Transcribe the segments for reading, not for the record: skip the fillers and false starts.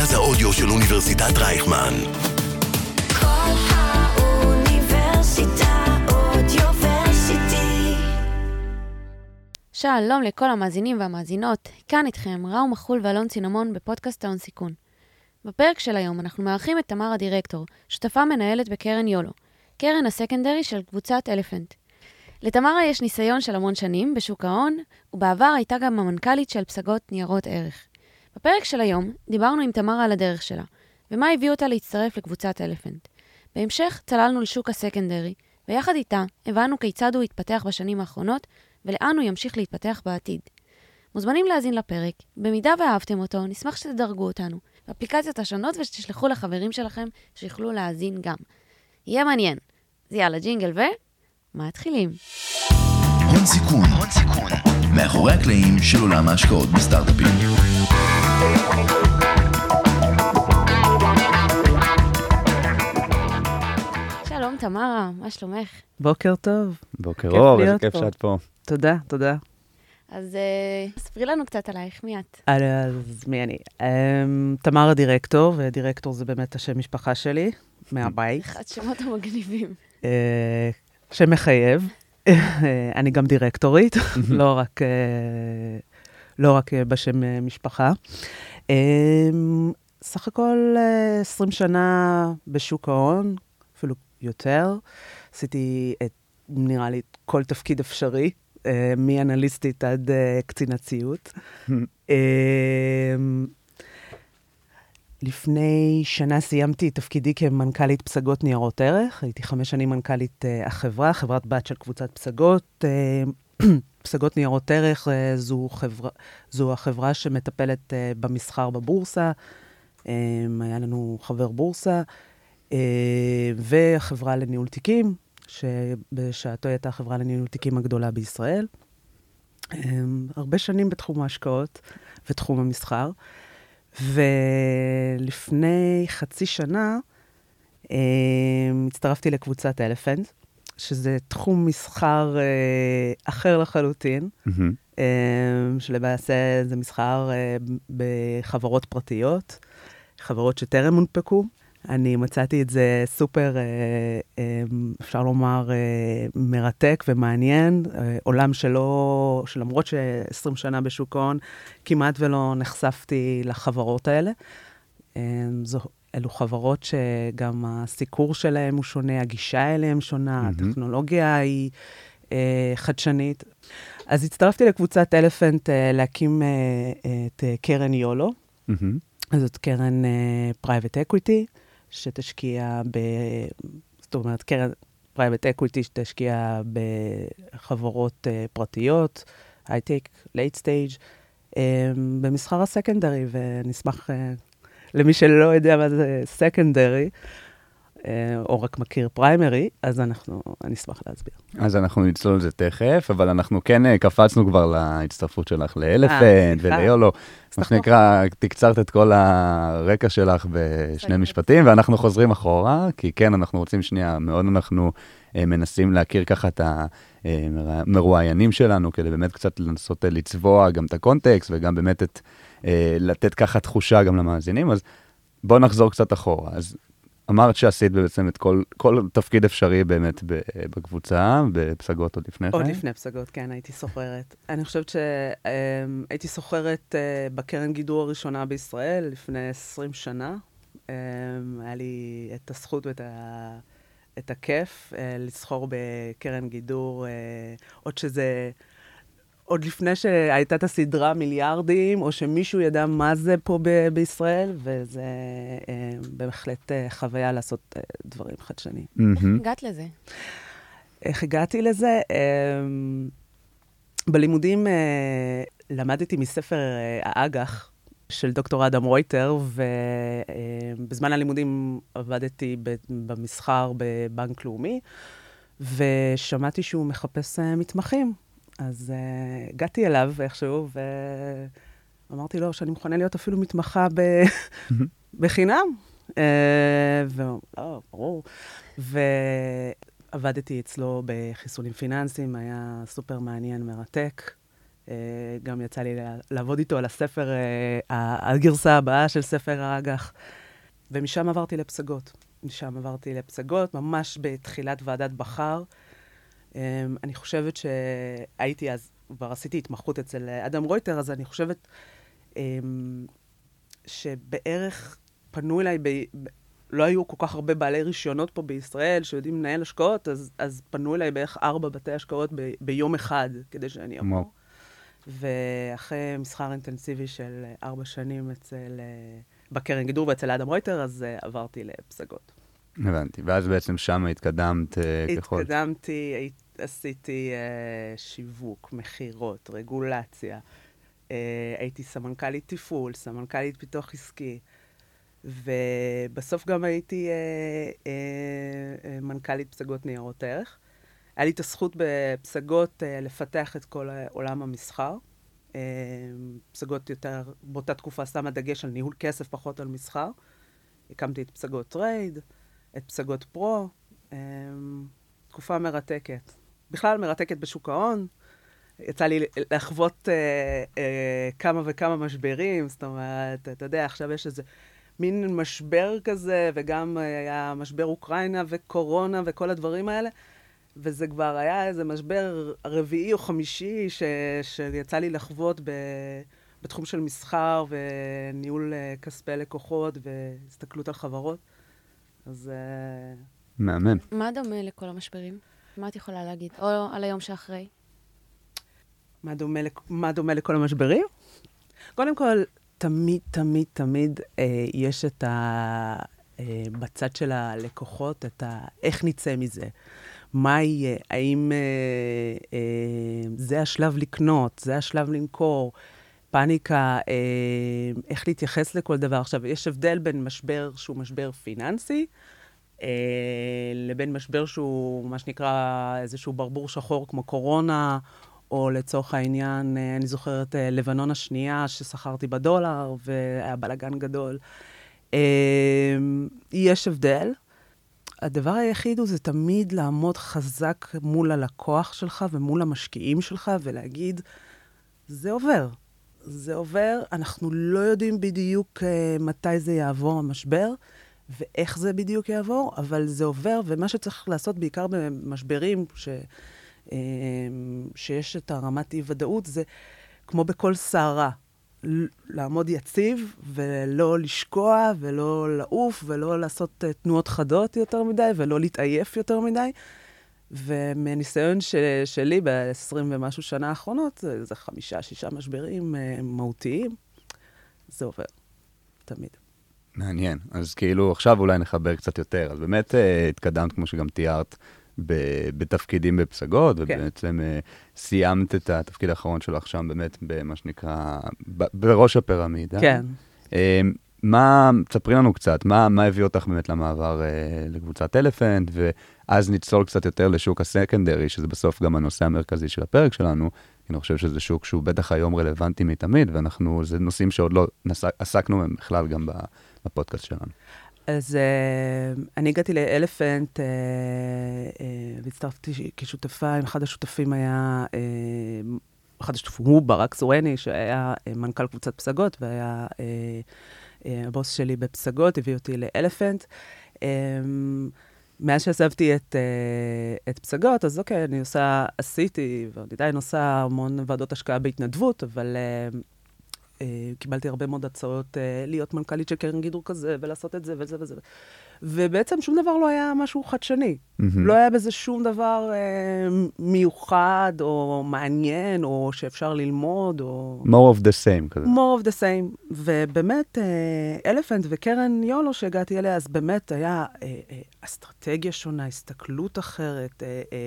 מרכז האודיו של אוניברסיטת רייכמן. כל האוניברסיטה אודיוורסיטי. שלום לכל המאזינים והמאזינות, כאן איתכם ראו מחול ואלון צינמון בפודקאסט ההון סיכון. בפרק של היום אנחנו מארחים את תמר הדירקטור, שותפה מנהלת בקרן יולו, קרן הסקנדרי של קבוצת אלפנט. לתמרה יש ניסיון של המון שנים בשוק ההון, ובעבר הייתה גם המנכ"לית של פסגות ניירות ערך. בפרק של היום דיברנו עם תמרה על הדרך שלה, ומה הביא אותה להצטרף לקבוצת אלפנט. בהמשך צללנו לשוק הסקנדרי, ויחד איתה הבנו כיצד הוא התפתח בשנים האחרונות, ולאן הוא ימשיך להתפתח בעתיד. מוזמנים להאזין לפרק, במידה ואהבתם אותו, נשמח שתדרגו אותנו באפליקציות השונות ושתשלחו לחברים שלכם שיוכלו להאזין גם. יהיה מעניין. אז יאללה ג'ינגל מתחילים. הון סיכון, מאחורי הקלעים של עולם ההשקעות בסטארט-אפים. שלום תמרה, מה שלומך? בוקר טוב. בוקר אור, איזה כיף פה. שאת פה. תודה, תודה. אז ספרי לנו קצת עלייך, מי את? אז מי אני? תמר הדירקטור, ודירקטור זה באמת השם משפחה שלי, מהבית. אחד שמות המגניבים. שמחייב. אני גם דירקטורית, לא רק בשם משפחה. סך הכל 20 שנה בשוק ההון, אפילו יותר. עשיתי נראה לי כל תפקיד אפשרי, מאנליסטית עד קצינת ציות. לפני שנה סיימתי תפקידי כמנכ"לית פסגות ניירות ערך. הייתי 5 שנים מנכ"לית החברה, חברת בת של קבוצת פסגות. פסגות ניירות ערך זו החברה שמטפלת במסחר בבורסה. היה לנו חבר בורסה, והחברה לניהול תיקים, שבשעתו הייתה החברה לניהול תיקים הגדולה בישראל. הרבה שנים בתחום ההשקעות ותחום המסחר. ולפני חצי שנה הצטרפתי לקבוצת אלפנט, שזה תחום מסחר אחר לחלוטין, שלמעשה זה מסחר בחברות פרטיות, חברות שטרם מונפקו. אני מצאתי את זה סופר, אפשר לומר, מרתק ומעניין. עולם שלמרות ש20 שנה בשוק ההון, כמעט ולא נחשפתי לחברות האלה. אלו חברות שגם הסיקור שלהם הוא שונה, הגישה אליהם שונה, הטכנולוגיה היא חדשנית. אז הצטרפתי לקבוצת אלפנט להקים את קרן יולו. זאת קרן פרייבט אקוויטי, שתשקיע זאת אומרת, קרן פרייבט אקוויטי שתשקיע בחברות פרטיות, הייטק, לייט סטייג', במסחר הסקנדרי, ונשמח למי שלא יודע מה זה סקנדרי, או רק מכיר פריימרי, אז אני אשמח להסביר. אז אנחנו נצלול על זה תכף, אבל אנחנו כן קפצנו כבר להצטרפות שלך לאלפנט וליולו. מה שנקרא, תקצרת את כל הרקע שלך בשני משפטים, ואנחנו חוזרים אחורה, כי כן, אנחנו רוצים שנייה, מאוד אנחנו מנסים להכיר ככה את המרואיינים שלנו, כדי באמת קצת לנסות לצבוע גם את הקונטקסט, וגם באמת לתת ככה תחושה גם למאזינים. אז בואו נחזור קצת אחורה. אז אמרת שעשית בעצם את כל תפקיד אפשרי באמת בקבוצה, בפסגות עוד לפני כן? עוד לפני פסגות, כן, הייתי סוחרת. אני חושבת שהייתי סוחרת בקרן גידור הראשונה בישראל לפני 20 שנה. היה לי את הזכות ואת הכיף לסחור בקרן גידור, עוד לפני שהייתה את הסדרה מיליארדים, או שמישהו ידע מה זה פה בישראל, וזה בהחלט חוויה לעשות דברים חדשניים. איך הגעת לזה? איך הגעתי לזה? בלימודים למדתי מספר האג"ח של דוקטור אדם רויטר, ובזמן הלימודים עבדתי במסחר בבנק לאומי, ושמעתי שהוא מחפש מתמחים. אז הגעתי אליו איכשהו, ואמרתי לו שאני מוכנה להיות אפילו מתמחה בחינם. ברור. ועבדתי אצלו בחיסולים פיננסיים, היה סופר מעניין, מרתק. גם יצא לי לעבוד איתו על הספר, הגרסה הבאה של ספר האג"ח. ומשם עברתי לפסגות. ממש בתחילת ועדת בחר. אני חושבת שהייתי אז, כבר עשיתי התמחות אצל אדם רויטר, אז אני חושבת שבערך פנו אליי, לא היו כל כך הרבה בעלי רישיונות פה בישראל שיודעים לנהל השקעות, אז פנו אליי בערך 4 בתי השקעות ביום אחד, כדי שאני אעבור. ואחרי מסחר אינטנסיבי של 4 שנים בקרן גידור ואצל אדם רויטר, אז עברתי לפסגות. הבנתי, ואז בעצם שם התקדמת ככל... התקדמתי, עשיתי שיווק, מחירות, רגולציה. הייתי סמנכ"לית תפעול, סמנכ"לית פיתוח עסקי. ובסוף גם הייתי מנכ"לית פסגות ניירות ערך. היה לי את הזכות בפסגות לפתח את כל עולם המסחר. פסגות יותר, באותה תקופה שמה דגש על ניהול כסף, פחות על מסחר. הקמתי את פסגות טרייד, את פסגות פרו. תקופה מרתקת. בכלל מרתקת בשוק ההון. יצא לי לחוות כמה וכמה משברים. זאת אומרת, אתה יודע, עכשיו יש איזה מין משבר כזה, וגם היה משבר אוקראינה וקורונה וכל הדברים האלה. וזה כבר היה איזה משבר 4 או 5 שיצא לי לחוות בתחום של מסחר וניהול כספי לקוחות והסתכלות על חברות. אז... מאמן. מה דומה לכל המשברים? מה את יכולה להגיד? או על היום שאחרי? מה דומה לכל המשברים? קודם כל, תמיד יש את בצד של הלקוחות, את איך נצא מזה. מה יהיה? האם זה השלב לקנות? זה השלב למכור? פאניקה, איך להתייחס לכל דבר. עכשיו, יש הבדל בין משבר שהוא משבר פיננסי, לבין משבר שהוא, מה שנקרא, איזשהו ברבור שחור כמו קורונה, או לצורך העניין, אני זוכרת לבנון השנייה ששכרתי בדולר, והיה בלגן גדול. יש הבדל. הדבר היחיד הוא זה תמיד לעמוד חזק מול הלקוח שלך ומול המשקיעים שלך, ולהגיד, זה עובר. זה עובר, אנחנו לא יודעים בדיוק מתי זה יעבור המשבר, ואיך זה בדיוק יעבור, אבל זה עובר, ומה שצריך לעשות בעיקר במשברים שיש את הרמת אי-ודאות, זה כמו בכל סערה, לעמוד יציב ולא לשקוע ולא לעוף ולא לעשות תנועות חדות יותר מדי ולא להתעייף יותר מדי. ומניסיון שלי ב-20 ומשהו שנה האחרונות, זה 5-6 משברים מהותיים, זה עובר, תמיד. מעניין. אז כאילו עכשיו אולי נחבר קצת יותר. אז באמת התקדמת, כמו שגם תיארת, בתפקידים בפסגות, ובעצם סיימת את התפקיד האחרון שלך שם באמת במה שנקרא, בראש הפירמידה. כן. תספרי לנו קצת, מה הביא אותך באמת למעבר לקבוצת אלפנט, ואז נצלול קצת יותר לשוק הסקנדרי, שזה בסוף גם הנושא המרכזי של הפרק שלנו, כי אני חושב שזה שוק שהוא בטח היום רלוונטי מתמיד, זה נושאים שעוד לא עסקנו מהם בכלל גם בפודקאסט שלנו. אז אני הגעתי לאלפנט, והצטרפתי כשותפה, עם אחד השותפים היה, הוא ברק זורני, שהיה מנכ"ל קבוצת פסגות, והיה הבוס שלי בפסגות, הביא אותי לאלפנט. מאז שעזבתי את פסגות, אז אוקיי, עשיתי, ועדיין עושה המון ועדות השקעה בהתנדבות, אבל קיבלתי הרבה מאוד הצעות להיות מנכ"לית של קרן גידור כזה, ולעשות את זה וזה וזה. ובעצם שום דבר לא היה משהו חדשני. לא היה בזה שום דבר מיוחד, או מעניין, או שאפשר ללמוד, או... More of the same כזה. More of the same. ובאמת, אלפנט וקרן יולו שהגעתי אליה, אז באמת היה אסטרטגיה שונה, הסתכלות אחרת,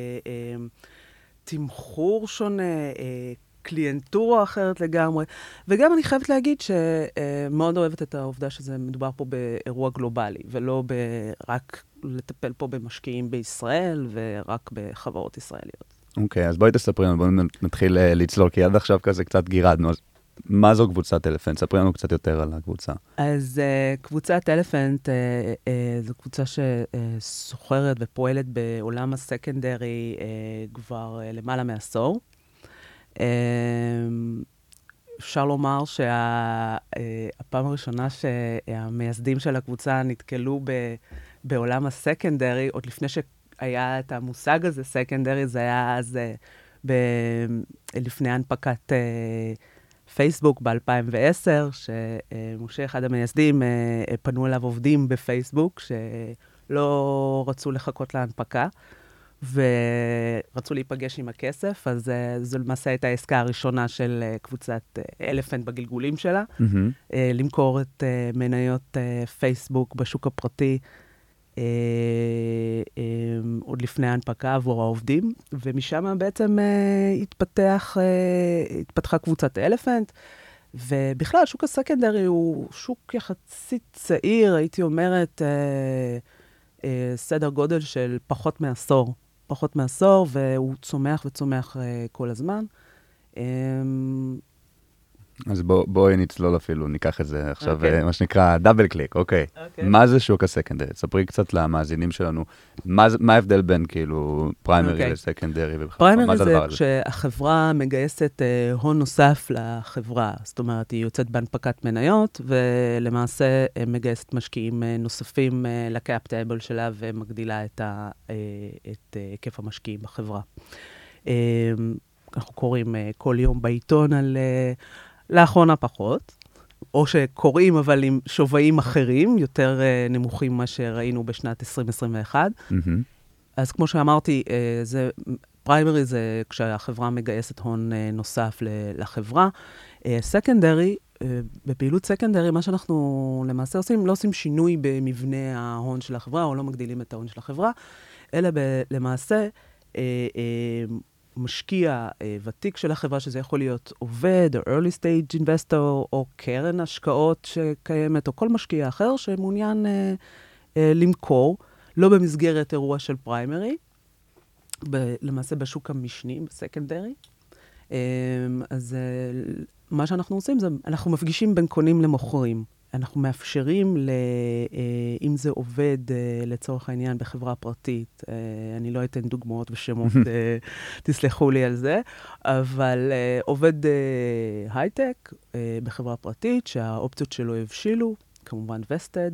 תמחור שונה, קליינטורה אחרת לגמרי. וגם אני חייבת להגיד שמאוד אוהבת את העובדה שזה מדובר פה באירוע גלובלי, ולא רק לטפל פה במשקיעים בישראל, ורק בחברות ישראליות. אוקיי, אז בואי תספרי לנו, בואו נתחיל לצלול, כי עד עכשיו כזה קצת גירדנו. אז מה זו קבוצת אלפנט? ספרי לנו קצת יותר על הקבוצה. אז קבוצת אלפנט זו קבוצה שסוחרת ופועלת בעולם הסקנדרי כבר למעלה מעשור. אפשר לומר שהפעם הראשונה שהמייסדים של הקבוצה נתקלו בעולם הסקנדרי, עוד לפני שהיה את המושג הזה, סקנדרי, זה היה אז לפני הנפקת פייסבוק ב-2010, שמשה, אחד המייסדים, פנו אליו עובדים בפייסבוק, שלא רצו לחכות להנפקה, ורצו להיפגש עם הכסף, אז זו למעשה הייתה העסקה הראשונה של קבוצת אלפנט בגלגולים שלה, למכור את מניות פייסבוק בשוק הפרטי, עוד לפני ההנפקה עבור העובדים, ומשם בעצם התפתחה קבוצת אלפנט, ובכלל, שוק הסקנדרי הוא שוק יחסית צעיר, הייתי אומרת, סדר גודל של פחות מעשור, והוא צומח וצומח כל הזמן. אז בואי נצלול אפילו, ניקח את זה עכשיו, מה שנקרא דאבל קליק, אוקיי. מה זה שוק הסקנדרי? ספרי קצת למאזינים שלנו, מה ההבדל בין כאילו פריימרי לסקנדרי? פריימרי זה כשהחברה מגייסת הון נוסף לחברה, זאת אומרת, היא יוצאת בהנפקת מניות, ולמעשה מגייסת משקיעים נוספים לקאפ טייבל שלה, ומגדילה את היקף המשקיעים בחברה. אנחנו קוראים כל יום בעיתון על לאחרונה פחות, או שקוראים אבל עם שווים אחרים, יותר נמוכים מה שראינו בשנת 2021. אז כמו שאמרתי, פריימרי זה כשהחברה מגייסת הון נוסף לחברה. סקנדרי, בפעילות סקנדרי, מה שאנחנו למעשה עושים, לא עושים שינוי במבנה ההון של החברה, או לא מגדילים את ההון של החברה, אלא למעשה משקיע ותיק של החברה, שזה יכול להיות עובד, או early stage investor, או קרן השקעות שקיימת, או כל משקיע אחר שמעוניין למכור, לא במסגרת אירוע של פריימרי, למעשה בשוק המשני, בסקנדרי. אז מה שאנחנו עושים זה, אנחנו מפגישים בין קונים למוכרים. אנחנו מאפשרים, אם זה עובד לצורך העניין בחברה פרטית, אני לא אתן דוגמאות ושמות, תסלחו לי על זה, אבל עובד הייטק בחברה פרטית, שהאופציות שלו הבשילו, כמובן וסטד,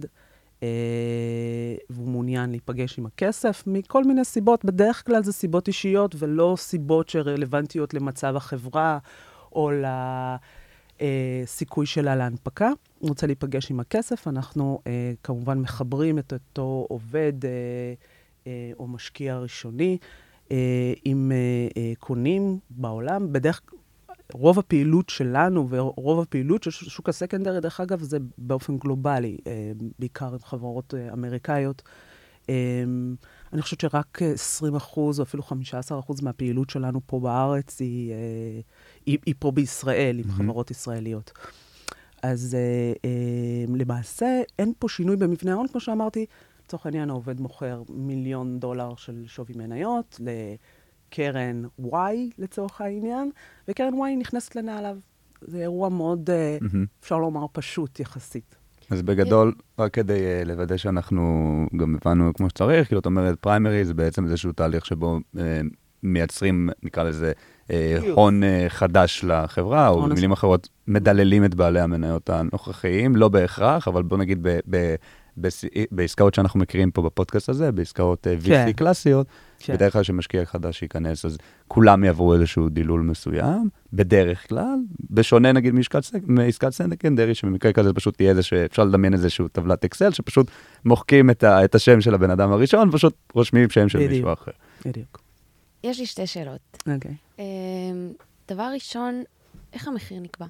והוא מעוניין להיפגש עם הכסף, מכל מיני סיבות, בדרך כלל זה סיבות אישיות, ולא סיבות שרלוונטיות למצב החברה, או סיכוי שלה להנפקה. הוא רוצה להיפגש עם הכסף, אנחנו כמובן מחברים את אותו עובד או משקיע ראשוני עם קונים בעולם. בדרך רוב הפעילות שלנו ורוב הפעילות של שוק הסקנדרי, דרך אגב, זה באופן גלובלי, בעיקר עם חברות אמריקאיות. אני חושבת שרק 20% או אפילו 15% מהפעילות שלנו פה בארץ היא פה בישראל, עם חברות ישראליות. אז למעשה אין פה שינוי במבנה ההון, כמו שאמרתי, לצורך העניין העובד מוכר $1,000,000 של שווי מניות לקרן Y לצורך העניין, וקרן Y נכנסת לנעליו. זה אירוע מאוד, אפשר לומר, פשוט יחסית. אז בגדול, רק כדי לוודא שאנחנו גם הבנו כמו שצריך, כאילו, את אומרת, פריימרי זה בעצם איזשהו תהליך שבו מייצרים, נקרא לזה, הון חדש לחברה, או במילים אחרות, מדללים את בעלי המניות הנוכחיים, לא בהכרח, אבל בוא נגיד בעסקאות שאנחנו מכירים פה בפודקאסט הזה, בעסקאות VC קלאסיות, בדרך כלל שמשקיע חדש ייכנס, אז כולם יעברו איזשהו דילול מסוים, בדרך כלל, בשונה נגיד מעסקת סקנדרי, שבמקרה כזה פשוט תהיה אפשר לדמיין איזשהו טבלת אקסל, שפשוט מוחקים את השם של הבן אדם הראשון, פשוט רושמים שם של מישהו אחר. בדיוק. יש לי 2 שאלות. אוקיי. דבר ראשון, איך המחיר נקבע?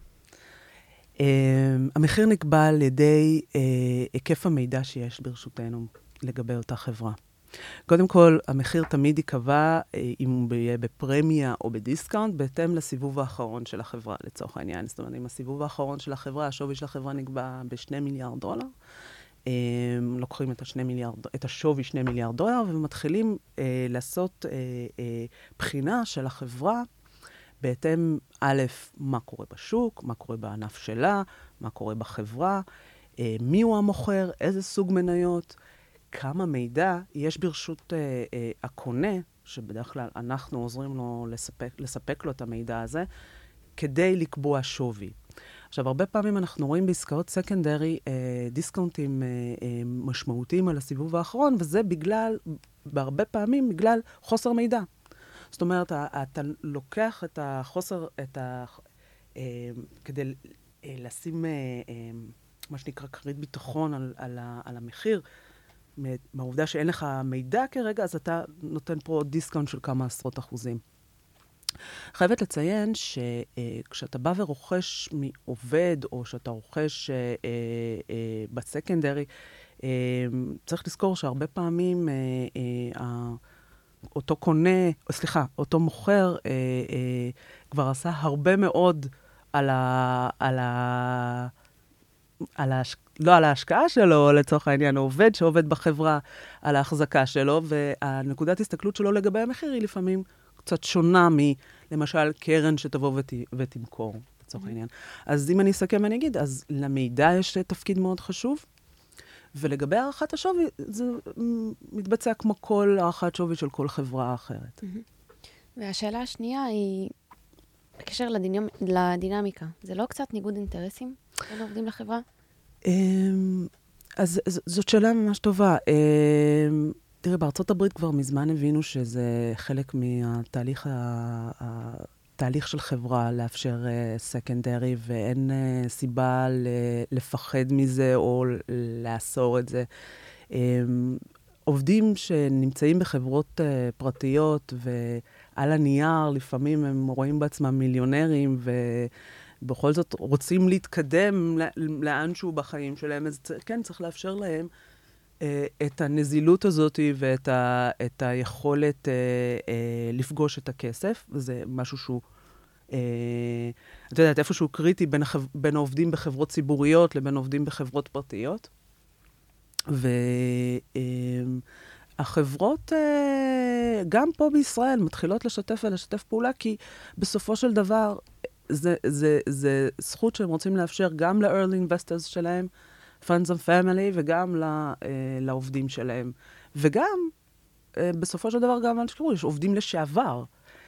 המחיר נקבע על ידי היקף המידע שיש ברשותנו לגבי אותה חברה. קודם כל, המחיר תמיד ייקבע אם הוא יהיה בפרמיה או בדיסקאונט, בהתאם לסיבוב האחרון של החברה, לצורך העניין. זאת אומרת, אם הסיבוב האחרון של החברה, השווי של החברה נקבע ב$2 מיליארד, לוקחים את השווי $2 מיליארד, ומתחילים לעשות בחינה של החברה, בהתאם, א', מה קורה בשוק, מה קורה בענף שלה, מה קורה בחברה, מי הוא המוכר, איזה סוג מניות, כמה מידע יש ברשות הקונה שבדרך כלל אנחנו עוזרים לו לספק לו את המידע הזה, כדי לקבוע שווי. עכשיו, הרבה פעמים אנחנו רואים בעסקאות סקנדרי דיסקאונטים משמעותיים על הסיבוב האחרון, וזה בהרבה פעמים בגלל חוסר מידע. זאת אומרת, אתה לוקח את החוסר, כדי לשים מה שנקרא כרית ביטחון על המחיר, מהעובדה שאין לך מידע כרגע, אז אתה נותן פה דיסקאונט של כמה עשרות אחוזים. חייבת לציין שכשאתה בא ורוכש מעובד, או שאתה רוכש בסקנדרי, צריך לזכור שהרבה פעמים אותו מוכר כבר עשה הרבה מאוד לא על ההשקעה שלו, לצורך העניין, העובד שעובד בחברה, על ההחזקה שלו, והנקודת הסתכלות שלו לגבי המחיר היא לפעמים קצת שונה למשל קרן שתבוא ותמכור, לצורך העניין. אז אם אני אסכם, אני אגיד, אז למידע יש תפקיד מאוד חשוב, ולגבי הערכת השווי, זה מתבצע כמו כל הערכת שווי של כל חברה אחרת. והשאלה השנייה היא, בקשר לדינמיקה, זה לא קצת ניגוד אינטרסים בין עובדים לחברה? אז זאת שאלה ממש טובה. תראה, בארצות הברית כבר מזמן הבינו שזה חלק מהתהליך של חברה לאפשר סקנדרי, ואין סיבה לפחד מזה או לאסור את זה. עובדים שנמצאים בחברות פרטיות ועל הנייר, לפעמים הם רואים בעצמם מיליונרים ובכל זאת רוצים להתקדם לאנשהו בחיים שלהם, אז כן, צריך לאפשר להם את הנזילות הזאת ואת היכולת לפגוש את הכסף, וזה משהו שהוא, את יודעת, איפשהו קריטי בין העובדים בחברות ציבוריות לבין עובדים בחברות פרטיות. והחברות, גם פה בישראל, מתחילות לשתף פעולה, כי בסופו של דבר, זה זכות שהם רוצים לאפשר גם ל-early investors שלהם, friends and family, וגם לעובדים שלהם. וגם, בסופו של דבר, גם, יש עובדים לשעבר.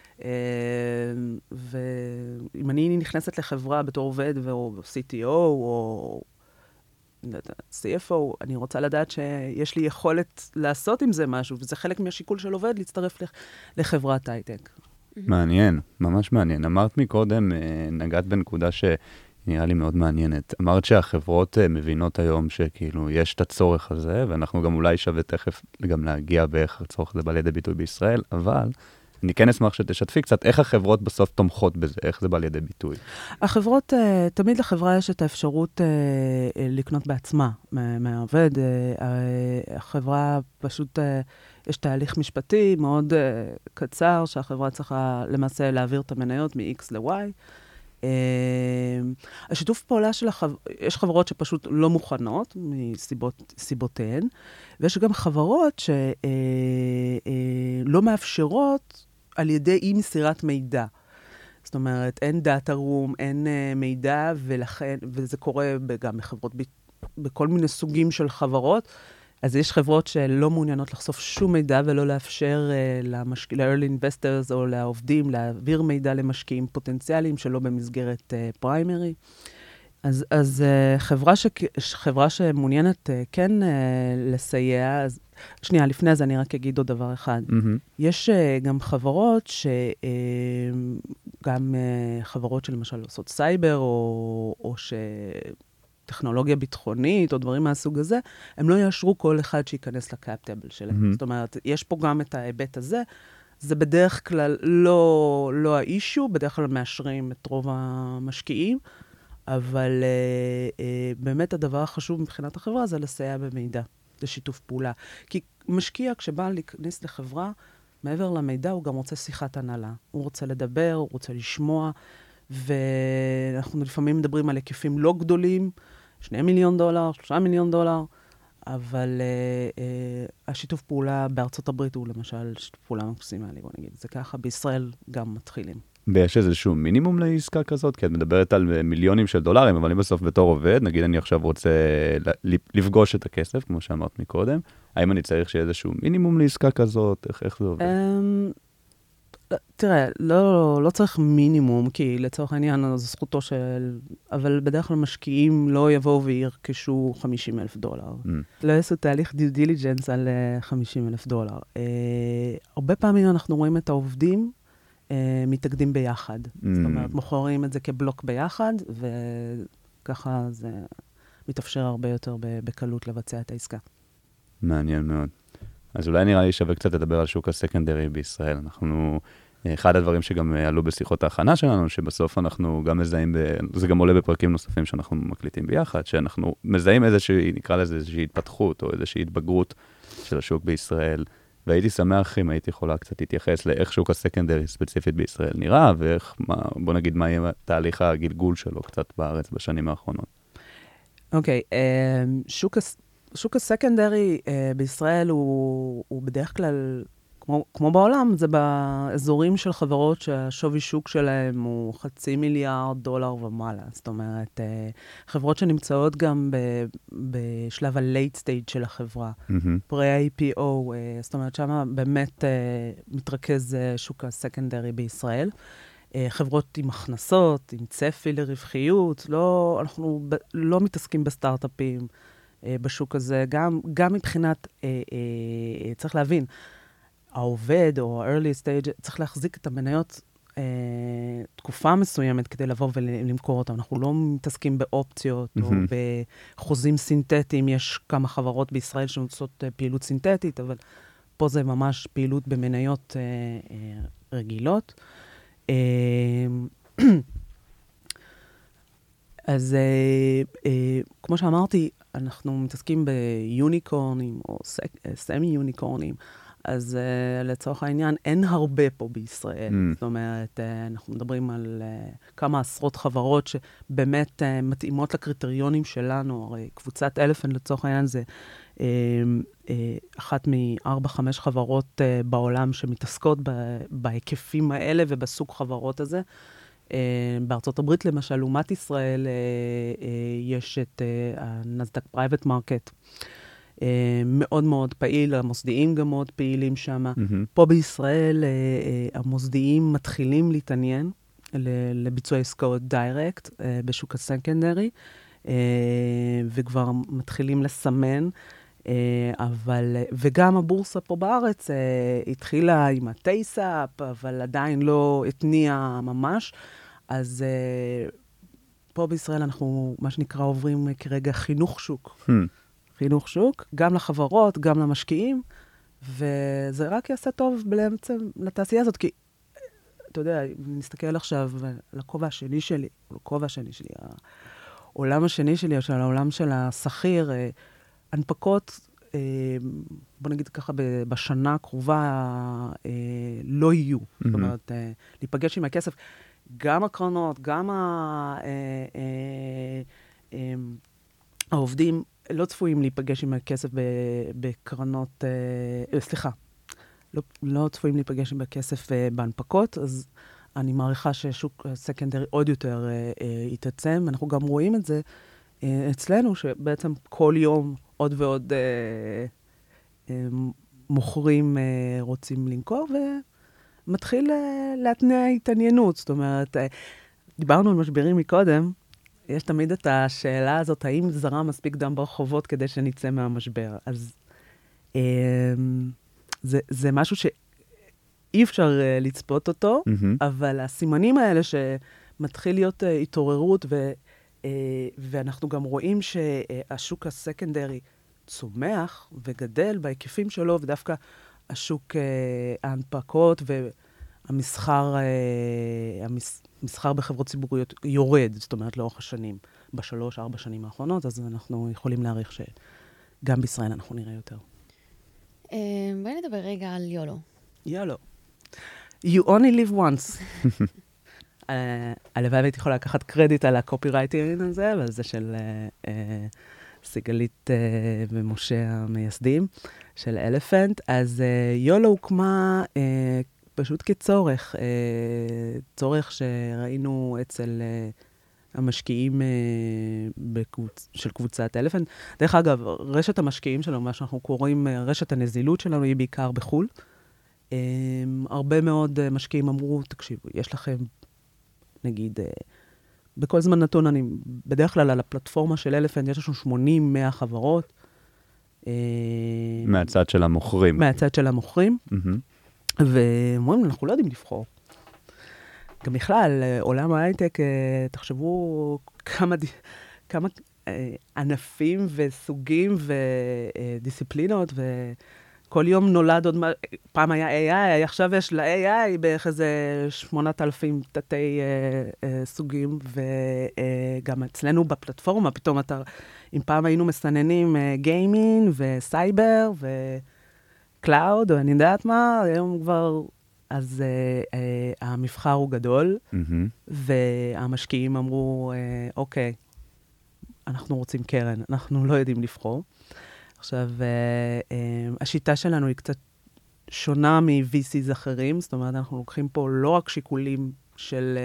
ואם אני נכנסת לחברה בתור עובד, או CTO, או CFO, אני רוצה לדעת שיש לי יכולת לעשות עם זה משהו, וזה חלק מהשיקול של עובד להצטרף לחברת הייטק. מעניין, ממש מעניין. אמרת מקודם, נגעת בנקודה שנראה לי מאוד מעניינת. אמרת שהחברות מבינות היום שכאילו יש את הצורך הזה, ואנחנו גם אולי שווה תכף גם להגיע באיך הצורך הזה בא לידי ביטוי בישראל, אבל אני כן אשמח שתשתפי קצת איך החברות בסוף תומכות בזה, איך זה בא לידי ביטוי. החברות, תמיד לחברה יש את האפשרות לקנות בעצמה מהעובד. החברה פשוט, יש תהליך משפטי מאוד קצר, שהחברה צריכה למעשה להעביר את המניות מ-X ל-Y. השיתוף פעולה של יש חברות שפשוט לא מוכנות מסיבותיהן, ויש גם חברות שלא מאפשרות על ידי אי מסירת מידע. זאת אומרת, אין דאטה רום, אין מידע, וזה קורה גם בחברות, בכל מיני סוגים של חברות. אז יש חברות שלא מעוניינות לחשוף שום מידע ולא לאפשר ל-early investors או לעובדים להעביר מידע למשקיעים פוטנציאליים שלא במסגרת פריימרי. אז חברה שמעוניינת כן לסייע, שנייה, לפני זה אני רק אגיד עוד דבר אחד. יש גם חברות גם חברות שלמשל עושות סייבר, או טכנולוגיה ביטחונית, או דברים מהסוג הזה, הם לא יאשרו כל אחד שייכנס לקאפ-טבל שלהם. זאת אומרת, יש פה גם את ההיבט הזה, זה בדרך כלל לא האישו, בדרך כלל מאשרים את רוב המשקיעים, אבל באמת הדבר החשוב מבחינת החברה זה לסייע במידע, לשיתוף פעולה. כי משקיע כשבא להיכנס לחברה, מעבר למידע הוא גם רוצה שיחת הנהלה. הוא רוצה לדבר, הוא רוצה לשמוע, ואנחנו לפעמים מדברים על היקפים לא גדולים, 2 מיליון דולר, 3 מיליון דולר, אבל השיתוף פעולה בארצות הברית הוא למשל שיתוף פעולה מקסימלי, בוא נגיד. זה ככה, בישראל גם מתחילים. ויש איזשהו מינימום לעסקה כזאת? כי את מדברת על מיליונים של דולרים, אבל אני בסוף בתור עובד, נגיד אני עכשיו רוצה לפגוש את הכסף, כמו שאמרת מקודם, האם אני צריך שיהיה איזשהו מינימום לעסקה כזאת? איך זה עובד? תראה, לא צריך מינימום, כי לצורך העניין זו זכותו של... אבל בדרך כלל משקיעים לא יבואו וירכשו $50,000. לא יעשו תהליך דיו דיליג'נס על $50,000. הרבה פעמים אנחנו רואים את העובדים מתאגדים ביחד. זאת אומרת, מוכרים את זה כבלוק ביחד, וככה זה מתאפשר הרבה יותר בקלות לבצע את העסקה. מעניין מאוד. אז אולי נראה לי שווה קצת לדבר על שוק הסקנדרי בישראל. אחד הדברים שגם עלו בשיחות ההכנה שלנו, שבסוף אנחנו גם מזהים, זה גם עולה בפרקים נוספים שאנחנו מקליטים ביחד, שאנחנו מזהים איזושהי, נקרא לזה איזושהי התפתחות, או איזושהי התבגרות של השוק בישראל, והייתי שמח אם הייתי יכולה קצת להתייחס לאיך שוק הסקנדרי ספציפית בישראל נראה, ואיך, בוא נגיד, מה יהיה תהליך הגלגול שלו קצת בארץ בשנים האחרונות. אוקיי, שוק הסקנדרי בישראל הוא בדרך כלל, כמו בעולם, זה באזורים של חברות שהשווי שוק שלהם הוא $500 מיליארד ומעלה. זאת אומרת, חברות שנמצאות גם בשלב ה-late stage של החברה, pre-IPO, זאת אומרת, שם באמת מתרכז שוק הסקנדרי בישראל. חברות עם הכנסות, עם צפי לרווחיות, אנחנו לא מתעסקים בסטארט-אפים בשוק הזה, גם מבחינת, צריך להבין, העובד או ה-early stage צריך להחזיק את המניות תקופה מסוימת כדי לבוא ולמכור אותם. אנחנו לא מתעסקים באופציות או בחוזים סינתטיים. יש כמה חברות בישראל שעושות פעילות סינתטית, אבל פה זה ממש פעילות במניות רגילות. אז כמו שאמרתי, אנחנו מתעסקים ביוניקורנים או סמי-יוניקורנים, אז לצורך העניין אין הרבה פה בישראל. זאת אומרת, אנחנו מדברים על כמה עשרות חברות שבאמת מתאימות לקריטריונים שלנו. הרי קבוצת אלפנט לצורך העניין זה אחת מ4-5 חברות בעולם שמתעסקות בהיקפים האלה ובסוג חברות הזה. בארצות הברית, למשל, לעומת ישראל, יש את הנסדק פרייבט מרקט. מאוד מאוד פעיל, המוסדיים גם מאוד פעילים שם. פה בישראל, המוסדיים מתחילים להתעניין לביצוע עסקאות דיירקט בשוק הסקנדרי, וכבר מתחילים לסמן, וגם הבורסה פה בארץ התחילה עם הטייסאפ, אבל עדיין לא התניע ממש. אז פה בישראל אנחנו, מה שנקרא, עוברים כרגע חינוך שוק. חינוך שוק, גם לחברות, גם למשקיעים, וזה רק יעשה טוב בעצם לתעשייה הזאת, כי, אתה יודע, אם נסתכל עכשיו לכובע השני שלי, העולם השני שלי, או של העולם של השכיר, הנפקות, בוא נגיד ככה, בשנה הקרובה לא יהיו. זאת אומרת, להיפגש עם הכסף, גם הקרנות, גם העובדים, לא צפויים להיפגש עם הכסף בקרנות, לא צפויים להיפגש עם הכסף בהנפקות, אז אני מעריכה ששוק סקנדרי עוד יותר יתעצם. אנחנו גם רואים את זה אצלנו, שבעצם כל יום עוד ועוד מוכרים רוצים למכור, ומתחיל להתניע התעניינות. זאת אומרת, דיברנו על משברים מקודם, יש תמיד את השאלה הזאת, האם זרם מספיק דם ברחובות כדי שנצא מהמשבר. אז זה משהו שאי אפשר לצפות אותו, אבל הסימנים האלה שמתחיל להיות התעוררות, ואנחנו גם רואים שהשוק הסקנדרי צומח וגדל בהיקפים שלו, ודווקא השוק ההנפקות והמסחר בחברות ציבוריות יורד, זאת אומרת, לאורך השנים, ב3-4 שנים האחרונות, אז אנחנו יכולים להעריך שגם בישראל אנחנו נראה יותר. בואי נדבר רגע על יולו. יולו. You only live once. הלוואי והייתי יכולה לקחת קרדיט על הקופירייטינג הזה, אבל זה של סיגלית ומשה המייסדים של אלפנט. אז יולו הוקמה פשוט כצורך. צורך שראינו אצל המשקיעים של קבוצת אלפנט. דרך אגב, רשת המשקיעים שלנו, מה שאנחנו קוראים רשת הנזילות שלנו, היא בעיקר בחול. הרבה מאוד משקיעים אמרו, תקשיבו, יש לכם, נגיד, בכל זמן נתון, בדרך כלל על הפלטפורמה של אלפנט, יש לנו 80-100 חברות. מהצד של המוכרים. מהצד של המוכרים. ואומרים, אנחנו לא יודעים לבחור. גם בכלל, עולם ההייטק, תחשבו כמה ענפים וסוגים ודיסציפלינות, וכל יום נולד עוד מה, פעם היה AI, עכשיו יש ל-AI בערך איזה 8,000 תתי סוגים, וגם אצלנו בפלטפורמה, פתאום אם פעם היינו מסננים גיימינג וסייבר וקלאוד, או אני יודעת מה, היום כבר... אז המבחר הוא גדול, והמשקיעים אמרו, אוקיי, אנחנו רוצים קרן, אנחנו לא יודעים לבחור. עכשיו, השיטה שלנו היא קצת שונה מ-VCs אחרים, זאת אומרת, אנחנו לוקחים פה לא רק שיקולים של,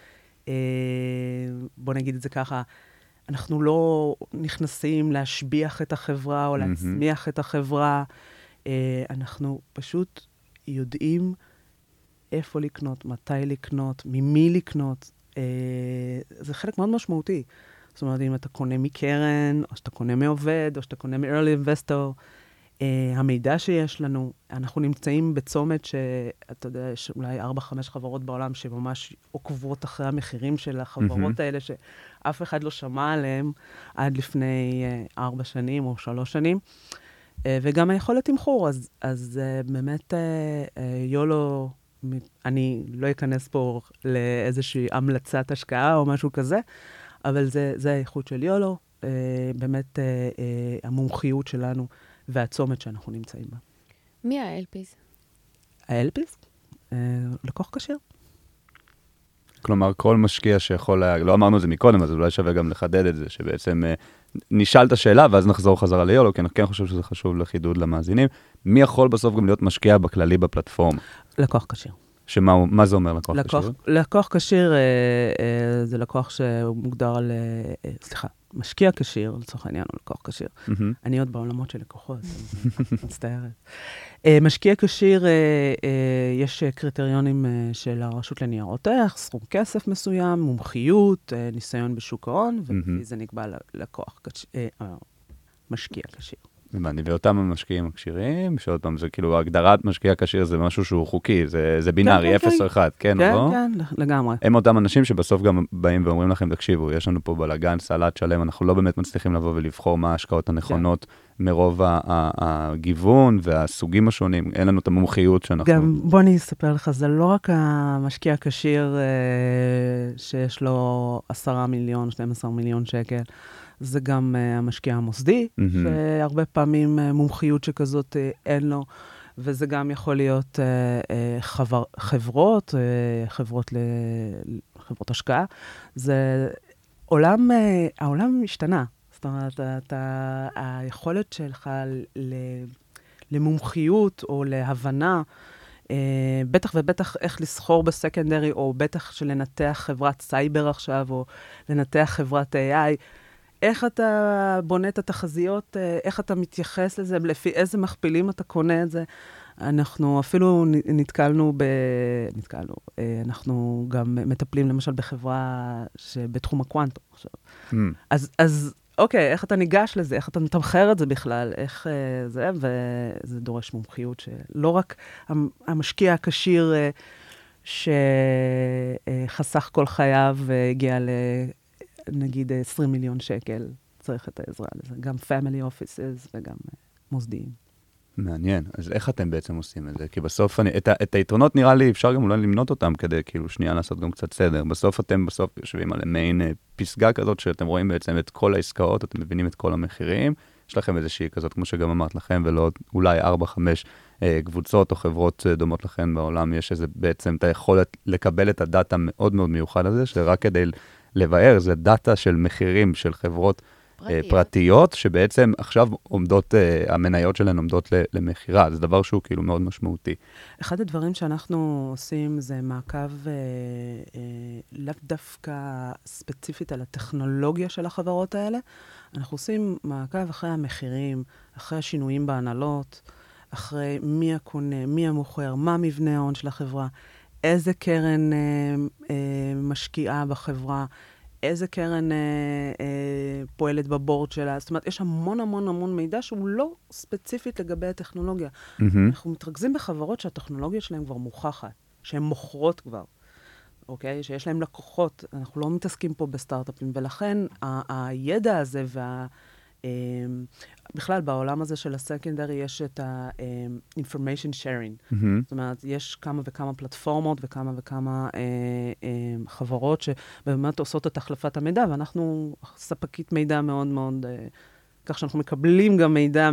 בוא נגיד את זה ככה, אנחנו לא נכנסים להשביח את החברה או להצמיח את החברה, אנחנו פשוט יודעים איפה לקנות, מתי לקנות, ממי לקנות. זה חלק מאוד משמעותי. זאת אומרת, אם אתה קונה מקרן, או שאתה קונה מעובד, או שאתה קונה מ-early investor, המידע שיש לנו, אנחנו נמצאים בצומת שאתה יודע, יש אולי 4-5 חברות בעולם שממש עוקבות אחרי המחירים של החברות האלה, שאף אחד לא שמע עליהם עד לפני 4 שנים או 3 שנים. וגם היכולת תמחור, אז באמת יולו, אני לא אכנס פה לאיזושהי המלצת השקעה או משהו כזה, אבל זה האיכות של יולו, באמת המומחיות שלנו והצומת שאנחנו נמצאים בה. מי ה-LPs? ה-LPs? לקוח כשיר. כלומר, כל משקיע שיכול, לא אמרנו את זה מקודם, אז אולי שווה גם לחדד את זה, שבעצם נשאל את השאלה, ואז נחזור חזרה ליולו, כי אני כן חושב שזה חשוב לחידוד למאזינים. מי יכול בסוף גם להיות משקיע בכללי בפלטפורמה? לקוח כשיר. מה זה אומר לקוח כשיר? לקוח כשיר זה לקוח שמוגדר על, משקיע כשיר, לצורך העניין הוא לקוח כשיר. אני עוד בעולמות של לקוחות, מצטערת. משקיע כשיר, יש קריטריונים של הרשות לניירות ערך, סכום כסף מסוים, מומחיות, ניסיון בשוק ההון, וזה נקבע לקוח משקיע כשיר. ואותם המשקיעים הכשירים, שעוד פעם, זה כאילו, הגדרת משקיע כשיר זה משהו שהוא חוקי, זה בינארי, 0 או 1, כן או לא? כן, לגמרי. הם אותם אנשים שבסוף גם באים ואומרים לכם, תקשיבו, יש לנו פה בלגן, סלט שלם, אנחנו לא באמת מצליחים לבוא ולבחור מה ההשקעות הנכונות, מרוב הגיוון והסוגים השונים, אין לנו את המומחיות שאנחנו... גם בוא אני אספר לך, זה לא רק המשקיע כשיר שיש לו 10 מיליון, 12 מיליון שקל, זה גם המשקיע המוסדי, שהרבה פעמים מומחיות שכזאת אין לו, וזה גם יכול להיות חברות השקעה. זה העולם משתנה. זאת אומרת, היכולת שלך למומחיות או להבנה, בטח ובטח איך לסחור בסקנדרי, או בטח שלנתח חברת סייבר עכשיו, או לנתח חברת AI, איך אתה בונה את התחזיות, איך אתה מתייחס לזה, לפי איזה מכפילים אתה קונה את זה. אנחנו אפילו אנחנו גם מטפלים למשל בחברה שבתחום הקוונטום עכשיו. אז אוקיי, איך אתה ניגש לזה, איך אתה מתמחר את זה בכלל, איך זה, וזה דורש מומחיות שלא רק המשקיע הכשיר שחסך כל חייו והגיע נגיד 20 מיליון שקל, צריך את העזרה לזה. גם family offices וגם מוסדיים. מעניין. אז איך אתם בעצם עושים את זה? כי בסוף, את היתרונות נראה לי, אפשר גם אולי למנות אותם, כדי כאילו שנייה לעשות גם קצת סדר. בסוף אתם יושבים על מעין פסגה כזאת, שאתם רואים בעצם את כל העסקאות, אתם מבינים את כל המחירים. יש לכם איזושהי כזאת, כמו שגם אמרת לכם, ולא אולי 4-5 קבוצות או חברות דומות לכם בעולם, יש איזה בעצם את היכולת לקבל את הדאטה מאוד מאוד מיוחד הזה, שרק כדי לבאר, זה דאטה של מחירים של חברות פרטיות, שבעצם עכשיו עומדות, המניות שלהן עומדות למחירה. זה דבר שהוא כאילו מאוד משמעותי. אחד הדברים שאנחנו עושים זה מעקב לאו דווקא ספציפית על הטכנולוגיה של החברות האלה. אנחנו עושים מעקב אחרי המחירים, אחרי השינויים בהנהלות, אחרי מי הקונה, מי המוכר, מה מבנה ההון של החברה, איזה קרן משקיעה בחברה, איזה קרן פועלת בבורד שלה. זאת אומרת, יש המון המון המון מידע שהוא לא ספציפית לגבי הטכנולוגיה. אנחנו מתרכזים בחברות שהטכנולוגיה שלהן כבר מוכחת, שהן מוכרות כבר, אוקיי? שיש להן לקוחות. אנחנו לא מתעסקים פה בסטארט-אפים, ולכן הידע הזה בכלל, בעולם הזה של הסקנדרי יש את ה-information sharing. זאת אומרת, יש כמה וכמה פלטפורמות וכמה וכמה חברות שבאמת עושות את החלפת המידע, ואנחנו ספקית מידע מאוד מאוד, כך שאנחנו מקבלים גם מידע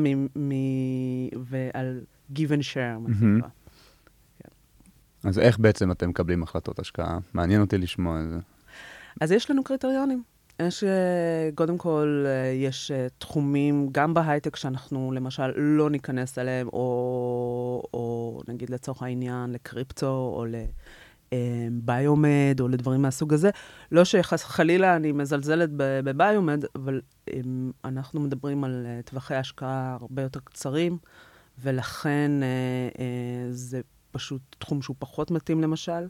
ועל give and share, מה שנקרא. אז איך בעצם אתם מקבלים החלטות השקעה? מעניין אותי לשמוע את זה. אז יש לנו קריטריונים. יש, קודם כל, יש תחומים, גם בהייטק שאנחנו למשל לא ניכנס אליהם, או נגיד לצורך העניין לקריפטו, או לביומד, או לדברים מהסוג הזה. לא שחלילה אני מזלזלת בביומד, אבל אנחנו מדברים על טווחי השקעה הרבה יותר קצרים, ולכן זה פשוט תחום שהוא פחות מתאים למשל.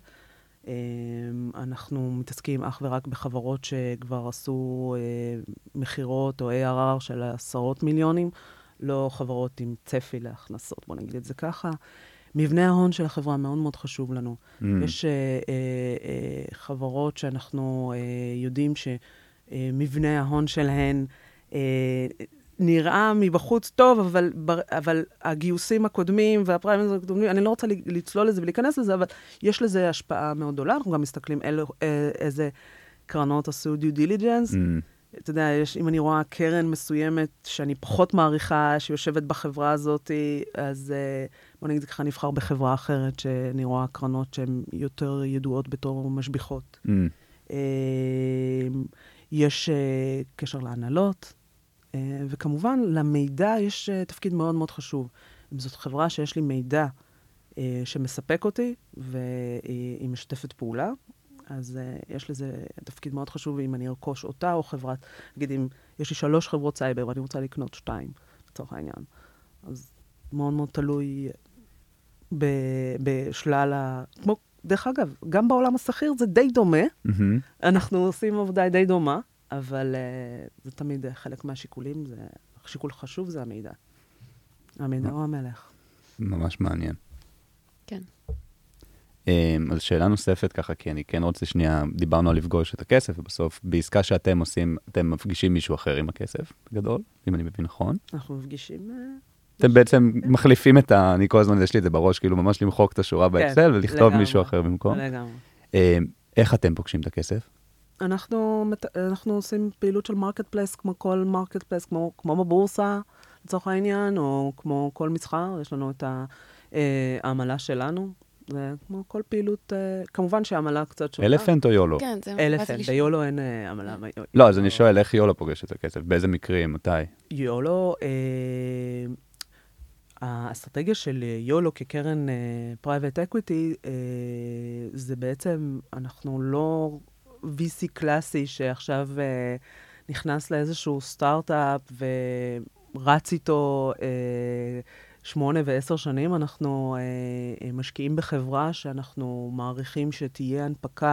אנחנו מתעסקים אך ורק בחברות שכבר עשו מחירות או ARR של עשרות מיליונים, לא חברות עם צפי להכנסות, בוא נגיד את זה ככה. מבנה ההון של החברה מאוד מאוד חשוב לנו. יש חברות שאנחנו יודעים שמבנה ההון שלהן נראה מבחוץ טוב, אבל הגיוסים הקודמים והפריימריז הקודמים, אני לא רוצה לצלול לזה ולהיכנס לזה, אבל יש לזה השפעה מאוד גדולה. אנחנו גם מסתכלים איזה קרנות עשו due diligence. אתה יודע, אם אני רואה קרן מסוימת שאני פחות מעריכה, שיושבת בחברה הזאת, אז בוא נגיד ככה, נבחר בחברה אחרת, שאני רואה קרנות שהן יותר ידועות בתור משביחות. יש קשר להנהלות, וכמובן, למידע יש תפקיד מאוד מאוד חשוב. אם זאת חברה שיש לי מידע שמספק אותי, והיא משתפת פעולה, אז יש לזה תפקיד מאוד חשוב, אם אני ארכוש אותה או חברת, נגיד אם יש לי 3 חברות סייבר, ואני רוצה לקנות 2, לצורך העניין. אז מאוד מאוד תלוי בשלל כמו, דרך אגב, גם בעולם השכיר זה די דומה. אנחנו עושים עבודה די דומה, אבל זה תמיד חלק מהשיקולים, שיקול חשוב זה המידע. המידע הוא המלך. ממש מעניין. כן. אז שאלה נוספת ככה, כי אני כן רוצה שנייה, דיברנו על לפגוש את הכסף, ובסוף בעסקה שאתם עושים, אתם מפגישים מישהו אחר עם הכסף, בגדול, אם אני מבין נכון. אנחנו מפגישים... אתם בעצם מחליפים אני כל הזמן יש לי את זה בראש, כאילו ממש למחוק את השורה באקסל, ולכתוב מישהו אחר במקום. לגמרי. איך אתם פוגשים את הכסף? אנחנו עושים פעילות של מרקט פלייס, כמו כל מרקט פלייס, כמו בבורסה, לצורך העניין, או כמו כל מסחר, יש לנו את העמלה שלנו. זה כמו כל פעילות, כמובן שהעמלה קצת שונה. אלפנט או יולו? כן, זה אלפנט, ביולו אין עמלה. לא, אז אני שואל, איך יולו פוגש את הכסף? באיזה מקרים? מתי? יולו, האסטרטגיה של יולו כקרן פרייבט אקוויטי, זה בעצם, אנחנו לא VC קלאסי שעכשיו נכנס לאיזשהו סטארט-אפ ורץ איתו 8 ו10 שנים. אנחנו משקיעים בחברה שאנחנו מעריכים שתהיה הנפקה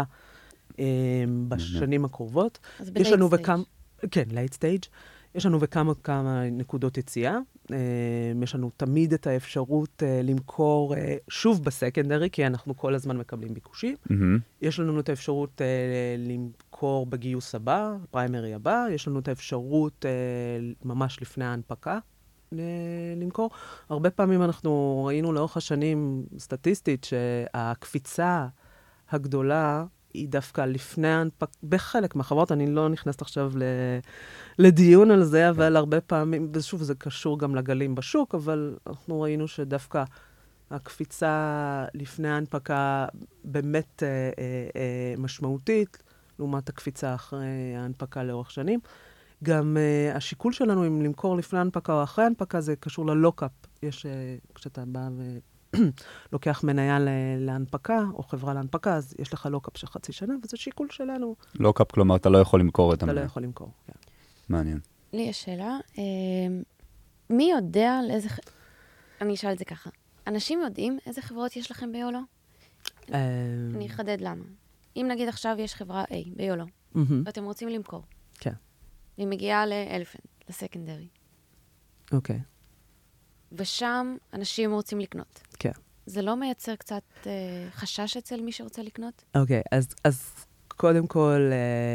בשנים הקרובות. אז ב-late stage. כן, late stage. יש לנו וכמה נקודות יציאה. יש לנו תמיד את האפשרות למכור שוב בסקנדרי, כי אנחנו כל הזמן מקבלים ביקושים. יש לנו את האפשרות למכור בגיוס הבא, פריימרי הבא. יש לנו את האפשרות ממש לפני ההנפקה למכור. הרבה פעמים אנחנו ראינו לאורך השנים סטטיסטית שהקפיצה הגדולה היא דווקא לפני ההנפקה, בחלק מהחברות, אני לא נכנסת עכשיו לדיון על זה, אבל הרבה פעמים, ושוב, זה קשור גם לגלים בשוק, אבל אנחנו ראינו שדווקא הקפיצה לפני ההנפקה באמת משמעותית, לעומת הקפיצה אחרי ההנפקה לאורך שנים. גם השיקול שלנו, אם למכור לפני הנפקה או אחרי הנפקה, זה קשור ללוקאפ. יש, כשאתה בא ולוקח מניה להנפקה, או חברה להנפקה, אז יש לך לוקאפ של חצי שנה, וזה שיקול שלנו. לוקאפ, כלומר, אתה לא יכול למכור את אתה המניה. לא יכול למכור, כן. מעניין. לי יש שאלה. מי יודע לאיזה... אני אשאל את זה ככה. אנשים יודעים איזה חברות יש לכם ביולו? אני אחדד למה. אם נגיד עכשיו יש חברה A ביולו, ואתם רוצים למכור. כן. והיא מגיעה לאלפנט, לסקנדרי. אוקיי. ושם אנשים רוצים לקנות. כן. זה לא מייצר קצת חשש אצל מי שרוצה לקנות? אוקיי, אז קודם כל,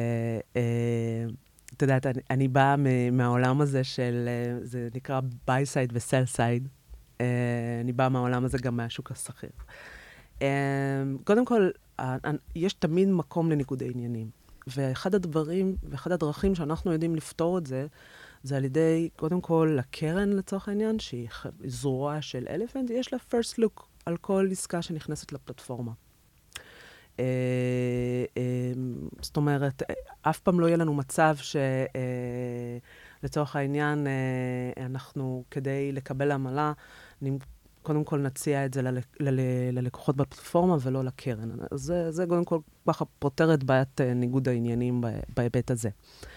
אתה יודעת, אני באה מהעולם הזה של, זה נקרא buy side ו-sell side. אני באה מהעולם הזה גם מהשוק השכיר. קודם כל, יש תמיד מקום לניגודי עניינים. ואחד הדברים, ואחד הדרכים שאנחנו יודעים לפתור את זה, זה על ידי, קודם כל, לקרן לצורך העניין, שהיא זרוע של אלפנט, יש לה first look על כל עסקה שנכנסת לפלטפורמה. זאת אומרת, אף פעם לא יהיה לנו מצב שלצורך העניין, אנחנו, כדי לקבל עמלה, קודם כל נציע את זה ללקוחות בפלטפורמה ולא לקרן. אז זה קודם כל ככה פותר את בעיית ניגוד העניינים בהיבט הזה.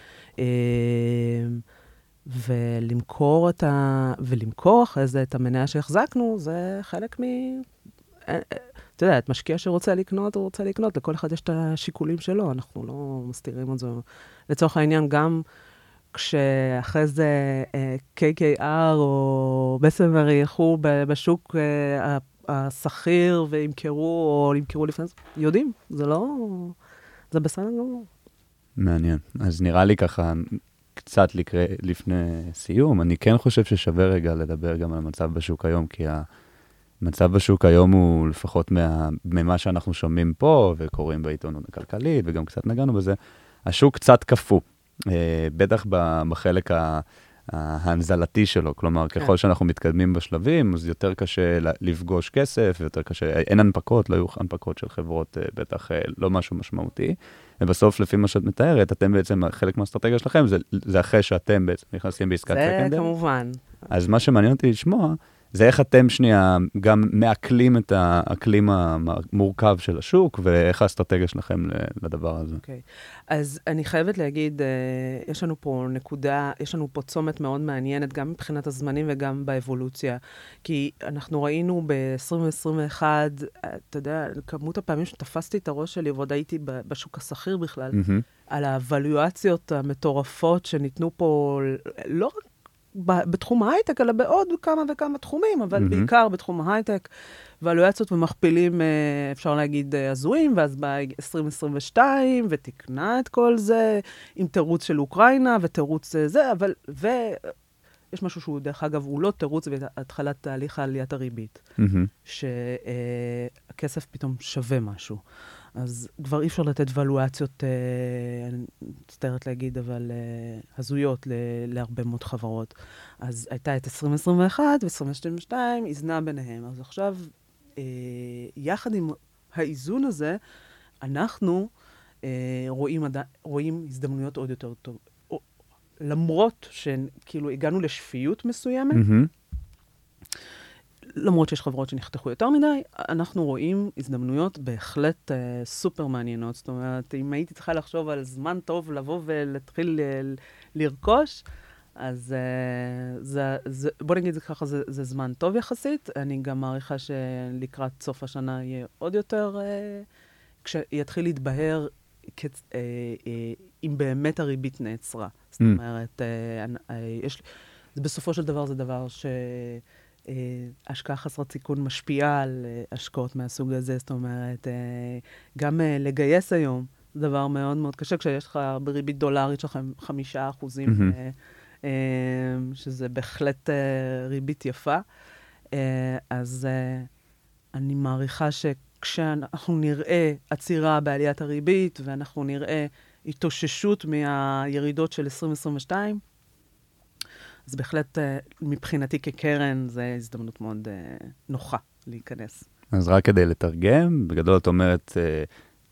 ולמכור אחרי זה את המניה שהחזקנו, זה חלק אתה יודע, את משקיע שרוצה לקנות, הוא רוצה לקנות, לכל אחד יש את השיקולים שלו, אנחנו לא מסתירים את זה. לצורך העניין, גם כשאחרי זה KKR או בסמר ילכו בשוק השכיר וימכרו או ימכרו לפני זה, יודעים, זה בסדר גמור. מעניין. אז נראה לי ככה, קצת לפני סיום, אני כן חושב ששווה רגע לדבר גם על המצב בשוק היום, כי המצב בשוק היום הוא לפחות ממה שאנחנו שומעים פה, וקוראים בעיתונות הכלכלית, וגם קצת נגענו בזה, השוק קצת קפוא, בטח בחלק ההנזלתי שלו, כלומר, ככל שאנחנו מתקדמים בשלבים, אז יותר קשה לפגוש כסף, יותר קשה, אין הנפקות, לא יהיו הנפקות של חברות, בטח לא משהו משמעותי, ובסוף, לפי מה שאת מתארת, אתם בעצם, חלק מהאסטרטגיה שלכם, זה אחרי שאתם בעצם נכנסים בעסקת סקנדר. זה כמובן. אז מה שמעניין אותי לשמוע, זה איך אתם שנייה גם מעכלים את האקלים המורכב של השוק, ואיך האסטרטגיה שלכם לדבר הזה. אוקיי. אז אני חייבת להגיד, יש לנו פה נקודה, יש לנו פה צומת מאוד מעניינת, גם מבחינת הזמנים וגם באבולוציה. כי אנחנו ראינו ב-2021, אתה יודע, כמות הפעמים שתפסתי את הראש שלי, ועוד הייתי בשוק השכיר בכלל, על האבלואציות המטורפות שניתנו פה, לא רק בתחום ההייטק, אלא בעוד כמה וכמה תחומים, אבל בעיקר בתחום ההייטק, ואלואציות ומכפילים, אפשר להגיד, הזויים, ואז באה 2022, ותקנה את כל זה, עם תירוץ של אוקראינה, ותירוץ זה, אבל, יש משהו שהוא, דרך אגב, הוא לא תירוץ, והתחלת תהליך עליית הריבית, שהכסף פתאום שווה משהו. אז כבר אי אפשר לתת ולואציות, אני מצטערת להגיד, אבל הזויות להרבה מאוד חברות. אז הייתה את 2021 ו-2022, איזנה ביניהם. אז עכשיו, יחד עם האיזון הזה, אנחנו רואים הזדמנויות עוד יותר טוב. למרות שכאילו הגענו לשפיות מסוימת, למרות שיש חברות שנחתכו יותר מדי, אנחנו רואים הזדמנויות בהחלט סופר מעניינות. זאת אומרת, אם הייתי צריכה לחשוב על זמן טוב לבוא ולהתחיל לרכוש, אז בוא נגיד זה ככה, זה זמן טוב יחסית. אני גם מעריכה שלקראת סוף השנה יהיה עוד יותר, כשיתחיל להתבהר אם באמת הריבית נעצרה. זאת אומרת, בסופו של דבר זה דבר השקעה חסרת סיכון משפיעה על השקעות מהסוג הזה, זאת אומרת, גם לגייס היום, זה דבר מאוד מאוד קשה, כשיש לך בריבית דולרית שלכם 5%, שזה בהחלט ריבית יפה, אז אני מעריכה שכשאנחנו נראה עצירה בעליית הריבית, ואנחנו נראה התאוששות מהירידות של 2022, אז בהחלט מבחינתי כקרן, זו הזדמנות מאוד נוחה להיכנס. אז רק כדי לתרגם, בגדול את אומרת,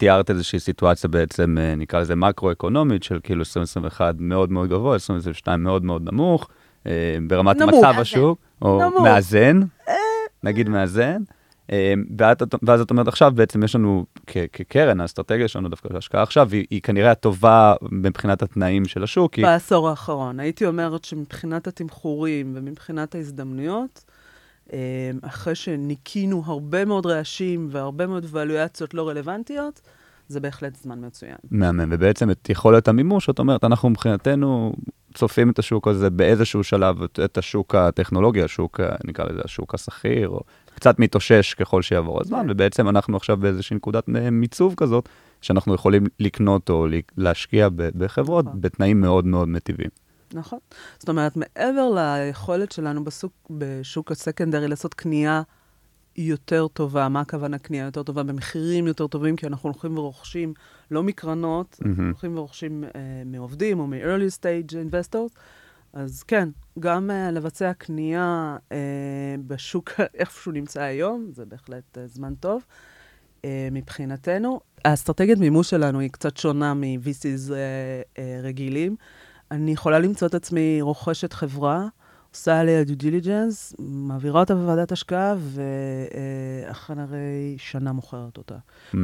תיארת איזושהי סיטואציה בעצם, נקרא לזה מקרו-אקונומית, של כאילו 2021 מאוד מאוד גבוה, 2022 מאוד מאוד נמוך, ברמת מצב השוק, או מאזן, נגיד מאזן, ואז את אומרת עכשיו, בעצם יש לנו כקרן, האסטרטגיה שלנו דווקא להשקעה עכשיו, היא כנראה הטובה מבחינת התנאים של השוק. בעשור האחרון, הייתי אומרת שמבחינת התמחורים ומבחינת ההזדמנויות, אחרי שניקינו הרבה מאוד רעשים והרבה מאוד ואלואציות לא רלוונטיות, זה בהחלט זמן מצוין. מהמם, ובעצם את יכולת המימוש, זאת אומרת, אנחנו מבחינתנו צופים את השוק הזה באיזשהו שלב, את השוק הטכנולוגי, השוק, נקרא לזה, השוק השכיר, או קצת מתאושש ככל שיעבור הזמן, ובעצם אנחנו עכשיו באיזושהי נקודת מיצוב כזאת, שאנחנו יכולים לקנות או להשקיע בחברות בתנאים מאוד מאוד מטיבים. נכון. זאת אומרת, מעבר ליכולת שלנו בשוק הסקנדרי לעשות קנייה יותר טובה, מה הכוונה קנייה יותר טובה? במחירים יותר טובים, כי אנחנו הולכים ורוכשים, לא מקרנות, הולכים ורוכשים מעובדים או מ-early stage investors, אז כן, גם לבצע קנייה בשוק איפשהו נמצא היום, זה בהחלט זמן טוב. מבחינתנו, האסטרטגיית מימוש שלנו היא קצת שונה מ-VCs רגילים. אני יכולה למצוא את עצמי רוכשת חברה, עושה עליה due diligence, מעבירה אותה בוועדת השקעה, ואחרי שנה מוכרת אותה.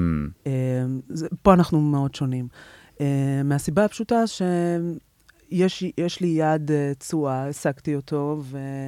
פה אנחנו מאוד שונים. מהסיבה הפשוטה שיש לי יעד תשואה, השגתי אותו,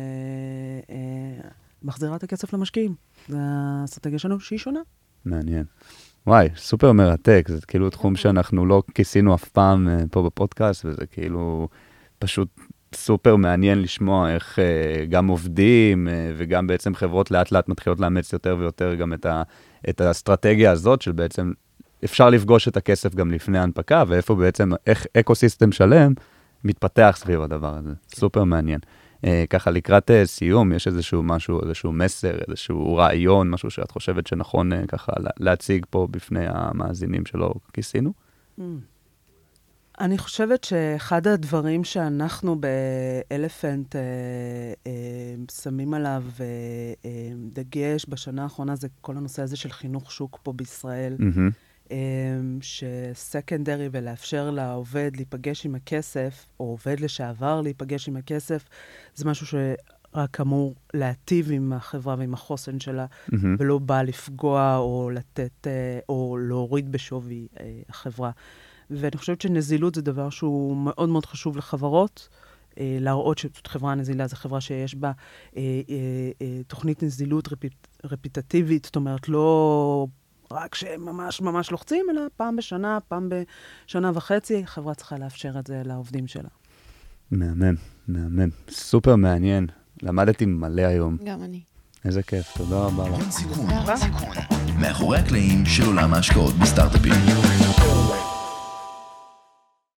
ומחזירה את הכסף למשקיעים. זה האסטרטגיה שלנו שהיא שונה. מעניין. וואי, סופר מרתק, זה כאילו תחום שאנחנו לא כיסינו אף פעם פה בפודקאסט, וזה כאילו פשוט סופר מעניין לשמוע איך גם עובדים וגם בעצם חברות לאט לאט מתחילות לאמץ יותר ויותר גם את האסטרטגיה הזאת של בעצם אפשר לפגוש את הכסף גם לפני ההנפקה, ואיפה בעצם, איך אקוסיסטם שלם מתפתח סביב הדבר הזה. סופר מעניין. ככה לקראת סיום, יש איזשהו משהו, איזשהו מסר, איזשהו רעיון, משהו שאת חושבת שנכון ככה להציג פה בפני המאזינים שלא כיסינו? אני חושבת שאחד הדברים שאנחנו באלפנט שמים עליו דגש בשנה האחרונה, זה כל הנושא הזה של חינוך שוק פה בישראל, שסקנדרי ולאפשר לעובד להיפגש עם הכסף, או עובד לשעבר להיפגש עם הכסף, זה משהו שרק אמור להטיב עם החברה ועם החוסן שלה, ולא בא לפגוע או לתת, או להוריד בשווי החברה. ואני חושבת שנזילות זה דבר שהוא מאוד מאוד חשוב לחברות, להראות שזאת חברה נזילה, זו חברה שיש בה תוכנית נזילות רפיטטיבית, זאת אומרת, לא רק שממש ממש לוחצים, אלא פעם בשנה, פעם בשנה וחצי, חברה צריכה לאפשר את זה לעובדים שלה. מהמם, מהמם. סופר מעניין. למדתי מלא היום. גם אני. איזה כיף, תודה רבה לך. הון סיכון, מאחורי הקלעים של עולם ההשקעות בסטארט-אפים.